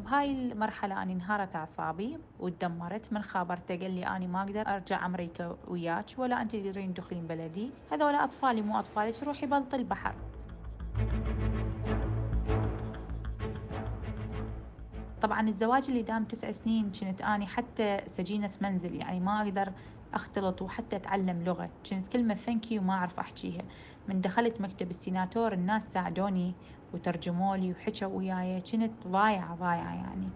بهاي المرحلة أنا انهارت أعصابي وتدمرت من خابرته، قال لي أنا ما أقدر أرجع أمريكا وياك ولا أنت تقدرين تدخلين بلدي، هذولا أطفالي مو أطفالك، روحي بلطي البحر. طبعا الزواج اللي دام 9 سنين كنت أني حتى سجينة منزل، يعني ما أقدر أختلط وحتى أتعلم لغة، كنت كلمة ثانكيو ما أعرف أحكيها. من دخلت مكتب السيناتور الناس ساعدوني وترجموا لي وحكوا وياي، كنت ضايعة يعني.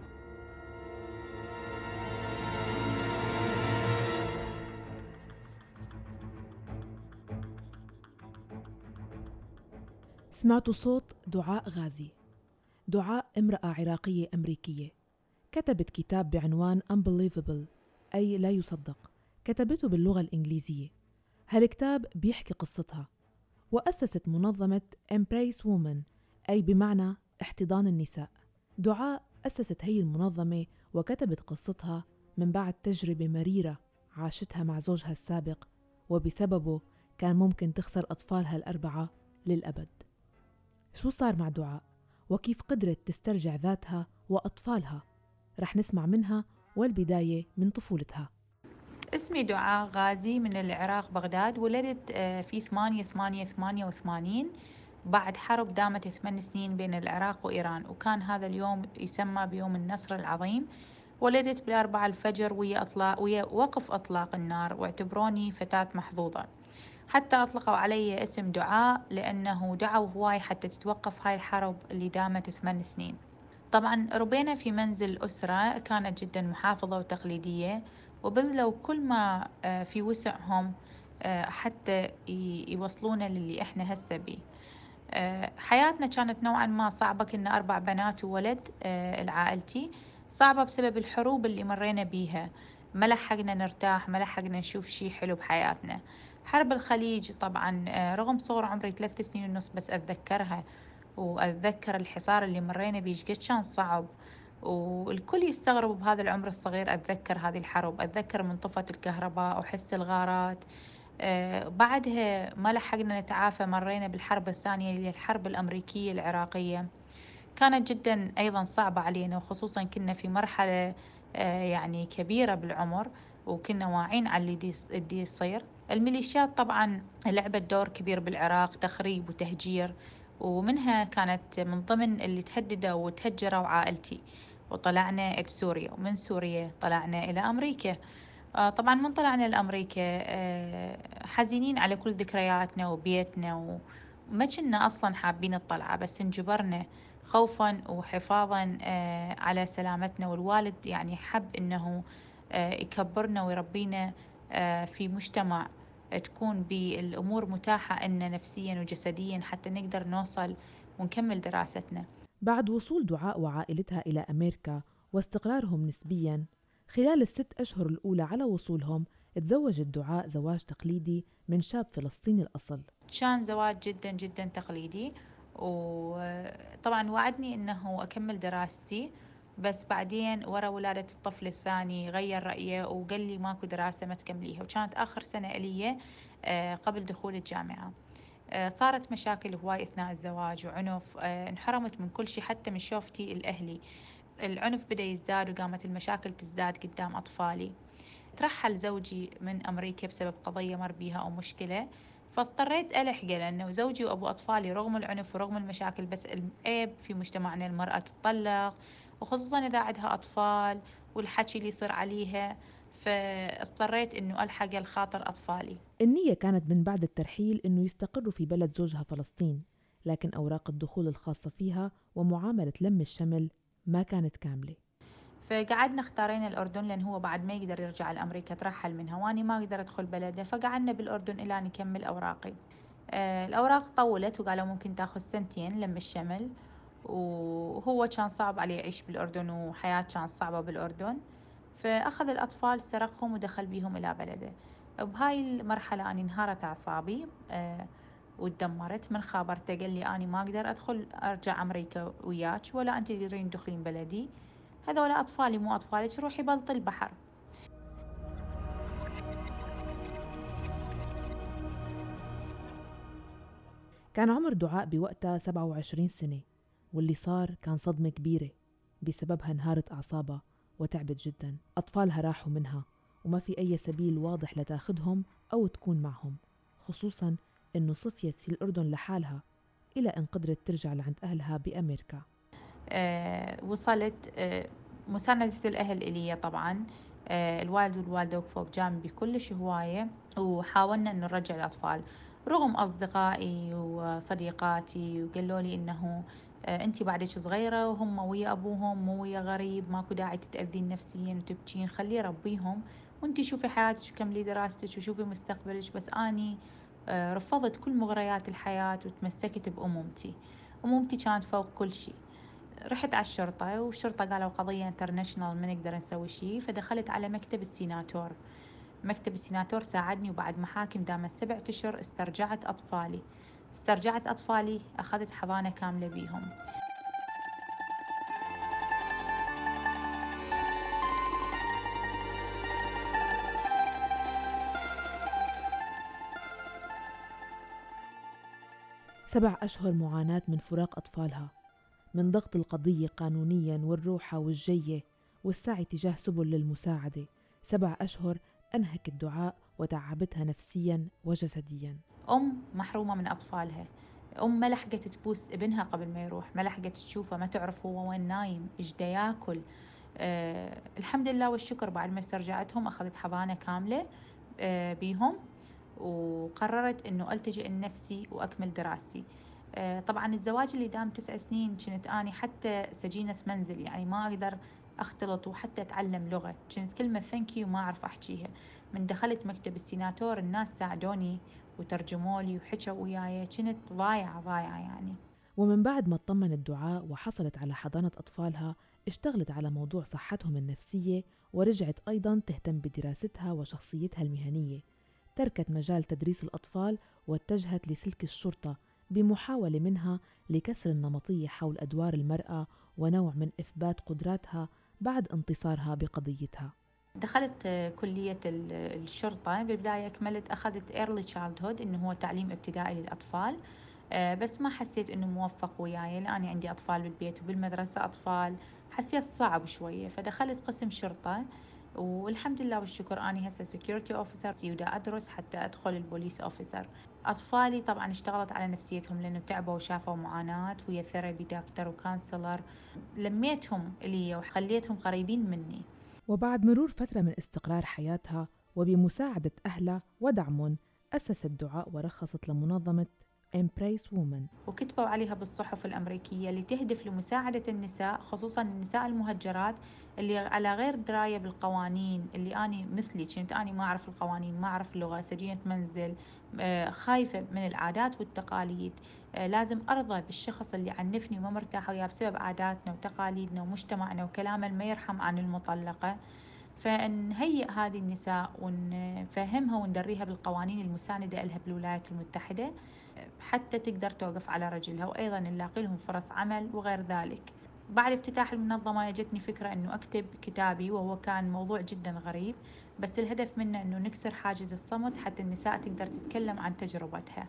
سمعتوا صوت دعاء غازي. دعاء امرأة عراقية أمريكية، كتبت كتاب بعنوان Unbelievable أي لا يصدق، كتبته باللغة الإنجليزية. هالكتاب بيحكي قصتها، وأسست منظمة Embrace Women أي بمعنى احتضان النساء. دعاء أسست هي المنظمة وكتبت قصتها من بعد تجربة مريرة عاشتها مع زوجها السابق، وبسببه كان ممكن تخسر أطفالها الأربعة للأبد. شو صار مع دعاء وكيف قدرت تسترجع ذاتها وأطفالها؟ رح نسمع منها والبداية من طفولتها. اسمي دعاء غازي، من العراق بغداد. ولدت في 8/8/88 بعد حرب دامت 8 سنين بين العراق وإيران، وكان هذا اليوم يسمى بيوم النصر العظيم. ولدت ب4 الفجر ويا وقف أطلاق النار، واعتبروني فتاة محظوظة. حتى أطلقوا علي اسم دعاء لأنه دعوا هواي حتى تتوقف هاي الحرب اللي دامت 8 سنين. طبعا ربينا في منزل أسرة كانت جدا محافظة وتقليدية، وبذلوا كل ما في وسعهم حتى يوصلونا للي احنا هسه بيه. حياتنا كانت نوعا ما صعبة، كنا 4 بنات وولد. العائلتي صعبة بسبب الحروب اللي مرينا بيها، ما لحقنا نرتاح، ما لحقنا نشوف شي حلو بحياتنا. حرب الخليج طبعا، رغم صغر عمري 3 سنين ونص بس أتذكرها، وأتذكر الحصار اللي مرينا بيه قد كان صعب، والكل يستغرب بهذا العمر الصغير. أتذكر هذه الحرب، أتذكر من طفت الكهرباء وحس الغارات. بعدها ما لحقنا نتعافى، مرينا بالحرب الثانية اللي هي الحرب الأمريكية العراقية، كانت جدا أيضا صعبة علينا، وخصوصا كنا في مرحلة يعني كبيرة بالعمر، وكنا واعين على اللي يصير. الميليشيات طبعا لعبت دور كبير بالعراق، تخريب وتهجير، ومنها كانت من ضمن اللي تهددوا وتهجروا عائلتي، وطلعنا إلى سوريا، ومن سوريا طلعنا إلى أمريكا. طبعا من طلعنا لأمريكا حزينين على كل ذكرياتنا وبيتنا، وما كنا أصلا حابين الطلعة، بس انجبرنا خوفا وحفاظا على سلامتنا. والوالد يعني حب أنه يكبرنا ويربينا في مجتمع تكون بالأمور متاحة لنا نفسيا وجسديا حتى نقدر نوصل ونكمل دراستنا. بعد وصول دعاء وعائلتها إلى أمريكا واستقرارهم نسبياً، خلال ال6 أشهر الأولى على وصولهم تزوجت دعاء زواج تقليدي من شاب فلسطيني الأصل. كان زواج جدا جدا تقليدي، وطبعا وعدني انه اكمل دراستي، بس بعدين ورا ولادة الطفل الثاني غير رأيه وقال لي ماكو دراسة ما تكمليها، وكانت آخر سنة إلي قبل دخول الجامعة. صارت مشاكل هواي أثناء الزواج وعنف، انحرمت من كل شيء حتى من شوفتي الأهلي. العنف بدأ يزداد وقامت المشاكل تزداد قدام أطفالي. ترحل زوجي من أمريكا بسبب قضية مر بيها أو مشكلة، فاضطريت ألحقه لأنه زوجي وأبو أطفالي رغم العنف ورغم المشاكل، بس العيب في مجتمعنا المرأة تتطلق، وخصوصا إذا عندها أطفال والحكي اللي يصير عليها، فاضطريت أنه ألحق الخاطر أطفالي. النية كانت من بعد الترحيل إنه يستقروا في بلد زوجها فلسطين، لكن أوراق الدخول الخاصة فيها ومعاملة لم الشمل ما كانت كاملة. فقعدنا اختارينا الأردن لأن هو بعد ما يقدر يرجع لأمريكا، ترحل منها واني ما أقدر أدخل بلده، فقعدنا بالأردن إلى أن نكمل أوراقي. الأوراق طولت وقالوا ممكن تاخذ سنتين لم الشمل، وهو كان صعب عليه يعيش بالأردن وحياة كانت صعبة بالأردن، فأخذ الأطفال سرقهم ودخل بيهم إلى بلده. بهاي المرحلة أنا انهارت أعصابي وتدمرت من خابرته، قال لي أنا ما أقدر أدخل أرجع أمريكا وياك ولا أنت تقدرين تدخلين بلدي، هذولا أطفالي مو أطفالك، روحي بلطي البحر. كان عمر دعاء بوقتها 27 سنة، واللي صار كان صدمة كبيرة. بسببها انهارت أعصابها وتعبت جدا. أطفالها راحوا منها وما في أي سبيل واضح لتاخدهم أو تكون معهم، خصوصا أنه صفيت في الأردن لحالها إلى أن قدرت ترجع لعند أهلها بأمريكا. وصلت مساندة الأهل إلي طبعا. الوالد والوالدة وقفوا بجانبي بكلش هواية، وحاولنا أنه نرجع الأطفال رغم أصدقائي وصديقاتي، وقالوا لي أنه أنتي بعدك صغيرة وهم ويا أبوهم مو ويا غريب، ماكو داعي تتأذين نفسيا وتبكين، خليه ربيهم وأنتي شوفي حياتك وكملي دراستك وشوفي مستقبلك. بس أني رفضت كل مغريات الحياة وتمسكت بأمومتي. أمومتي كانت فوق كل شيء. رحت على الشرطة، والشرطة قالوا قضية انترناشنال ما نقدر نسوي شيء، فدخلت على مكتب السيناتور. مكتب السيناتور ساعدني، وبعد محاكم دامت 7 أشهر استرجعت أطفالي، أخذت حضانة كاملة بيهم. سبع أشهر معاناة من فراق أطفالها، من ضغط القضية قانونيا والروحة والجية والسعي تجاه سبل للمساعدة. 7 أشهر أنهكت دعاء وتعبتها نفسيا وجسديا. محرومة من أطفالها، ما لحقت تبوس ابنها قبل ما يروح، ما لحقت تشوفه، ما تعرف هو وين نايم، إيش دا ياكل. الحمد لله والشكر بعد ما استرجعتهم أخذت حضانة كاملة بيهم، وقررت أنه ألتجئ لنفسي وأكمل دراستي. طبعا الزواج اللي دام 9 سنين كنت أني حتى سجينة منزل، يعني ما أقدر أختلط وحتى أتعلم لغة، كنت كلمة ثانكيو ما أعرف أحكيها. من دخلت مكتب السيناتور الناس ساعدوني وترجموا لي وحكوا وياي، كنت ضايعة يعني. ومن بعد ما اطمنت دعاء وحصلت على حضانة أطفالها، اشتغلت على موضوع صحتهم النفسية ورجعت أيضا تهتم بدراستها وشخصيتها المهنية. تركت مجال تدريس الأطفال واتجهت لسلك الشرطة بمحاولة منها لكسر النمطية حول أدوار المرأة ونوع من إثبات قدراتها بعد انتصارها بقضيتها. دخلت كلية الشرطة. بالبداية أخذت early childhood إنه هو تعليم ابتدائي للأطفال، بس ما حسيت إنه موفق وياي، لأني عندي أطفال بالبيت وبالمدرسة أطفال، حسيت صعب شوية. فدخلت قسم شرطة، والحمد لله والشكر أني هسه security officer ودا أدرس حتى أدخل البوليس officer. أطفالي طبعا اشتغلت على نفسيتهم لأنه تعبوا وشافوا معاناة، ويا ثيرابي دكتور وكانسلر، لميتهم إلي وخليتهم قريبين مني. وبعد مرور فترة من استقرار حياتها وبمساعدة أهلها ودعمهم، أسست دعاء ورخصت لمنظمة Embrace Women، وكتبوا عليها بالصحف الأمريكية، اللي تهدف لمساعدة النساء، خصوصا النساء المهجرات اللي على غير دراية بالقوانين. اللي أنا مثلي كنت أنا ما أعرف القوانين، ما أعرف اللغة، سجينة منزل، خايفة من العادات والتقاليد، لازم أرضى بالشخص اللي عنفني وما مرتاحة وياه بسبب عاداتنا وتقاليدنا ومجتمعنا وكلام ما يرحم عن المطلقة. فنهيئ هذه النساء ونفهمها وندريها بالقوانين المساندة لها بالولايات المتحدة حتى تقدر توقف على رجلها، وأيضا نلاقي لهم فرص عمل وغير ذلك. بعد افتتاح المنظمة جتني فكرة أنه أكتب كتابي، وهو كان موضوع جدا غريب، بس الهدف منه أنه نكسر حاجز الصمت حتى النساء تقدر تتكلم عن تجربتها.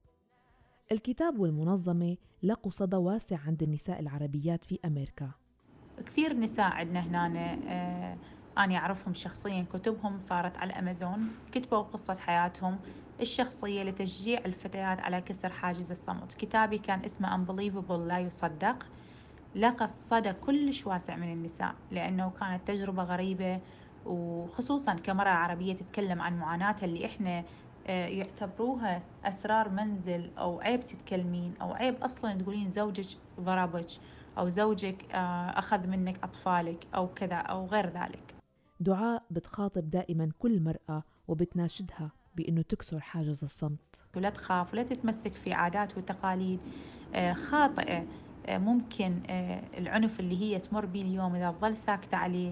الكتاب والمنظمة لقوا صدى واسع عند النساء العربيات في أمريكا. كثير نساء عندنا هنا أنا أعرفهم شخصيا، كتبهم صارت على أمازون، كتبوا قصة حياتهم الشخصية لتشجيع الفتيات على كسر حاجز الصمت. كتابي كان اسمه Unbelievable لا يصدق، لقى الصدى كلش واسع من النساء لأنه كانت تجربة غريبة، وخصوصا كمرأة عربية تتكلم عن معاناتها اللي إحنا يعتبروها أسرار منزل، أو عيب تتكلمين، أو عيب أصلا تقولين زوجك ضربك، أو زوجك أخذ منك أطفالك، أو كذا أو غير ذلك. دعاء بتخاطب دائما كل مرأة وبتناشدها بأنه تكسر حاجز الصمت، ولا تخاف ولا تتمسك في عادات وتقاليد خاطئة. ممكن العنف اللي هي تمر به اليوم إذا تظل ساكتة عليه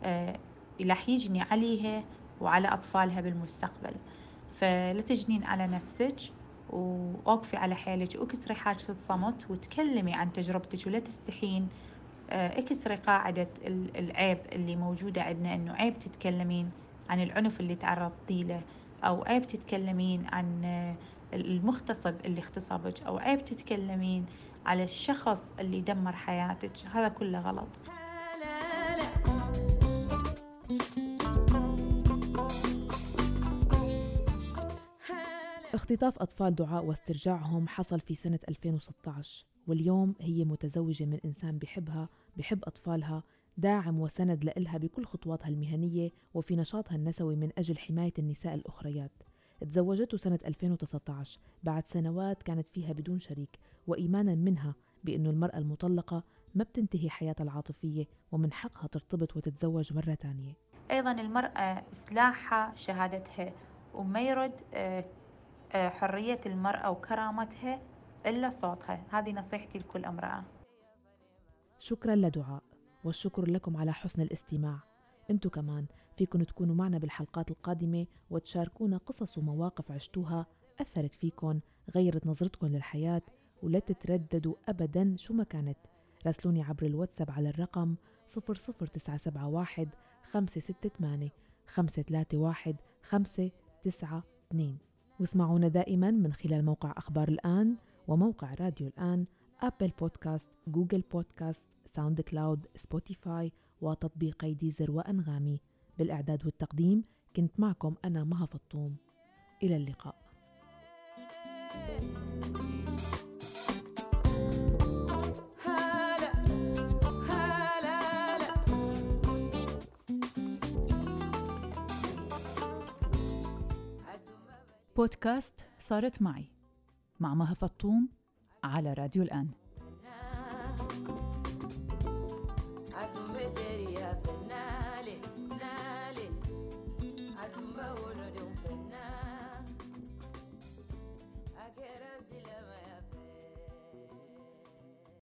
راح يجني عليها وعلى أطفالها بالمستقبل. فلا تجنين على نفسك، ووقفي على حيلك واكسري حاجز الصمت وتكلمي عن تجربتك ولا تستحين. اكسري قاعدة العيب اللي موجودة عندنا، إنه عيب تتكلمين عن العنف اللي تعرضتي له، أو عيب تتكلمين عن المغتصب اللي اغتصبك، أو عيب تتكلمين على الشخص اللي دمر حياتك. هذا كله غلط. اختطاف أطفال دعاء واسترجاعهم حصل في سنة 2016، واليوم هي متزوجة من إنسان بحبها، بحب أطفالها، داعم وسند لإلها بكل خطواتها المهنية وفي نشاطها النسوي من أجل حماية النساء الأخريات. تزوجته سنة 2019 بعد سنوات كانت فيها بدون شريك، وإيمانا منها بأنه المرأة المطلقة ما بتنتهي حياتها العاطفية ومن حقها ترتبط وتتزوج مرة تانية. أيضا المرأة سلاحها شهادتها، وما يرد حرية المرأة وكرامتها إلا صوتها. هذه نصيحتي لكل امرأة. شكرا لدعاء، والشكر لكم على حسن الاستماع. انتو كمان فيكن تكونوا معنا بالحلقات القادمة وتشاركونا قصص ومواقف عشتوها أثرت فيكن، غيرت نظرتكن للحياة، ولا تترددوا أبدا شو ما كانت. راسلوني عبر الواتساب على الرقم 00971 568 531 592، واسمعونا دائما من خلال موقع أخبار الآن وموقع راديو الآن، أبل بودكاست، جوجل بودكاست، ساوند كلاود، سبوتيفاي، وتطبيقي ديزر وأنغامي. بالإعداد والتقديم كنت معكم أنا مها فطوم. إلى اللقاء.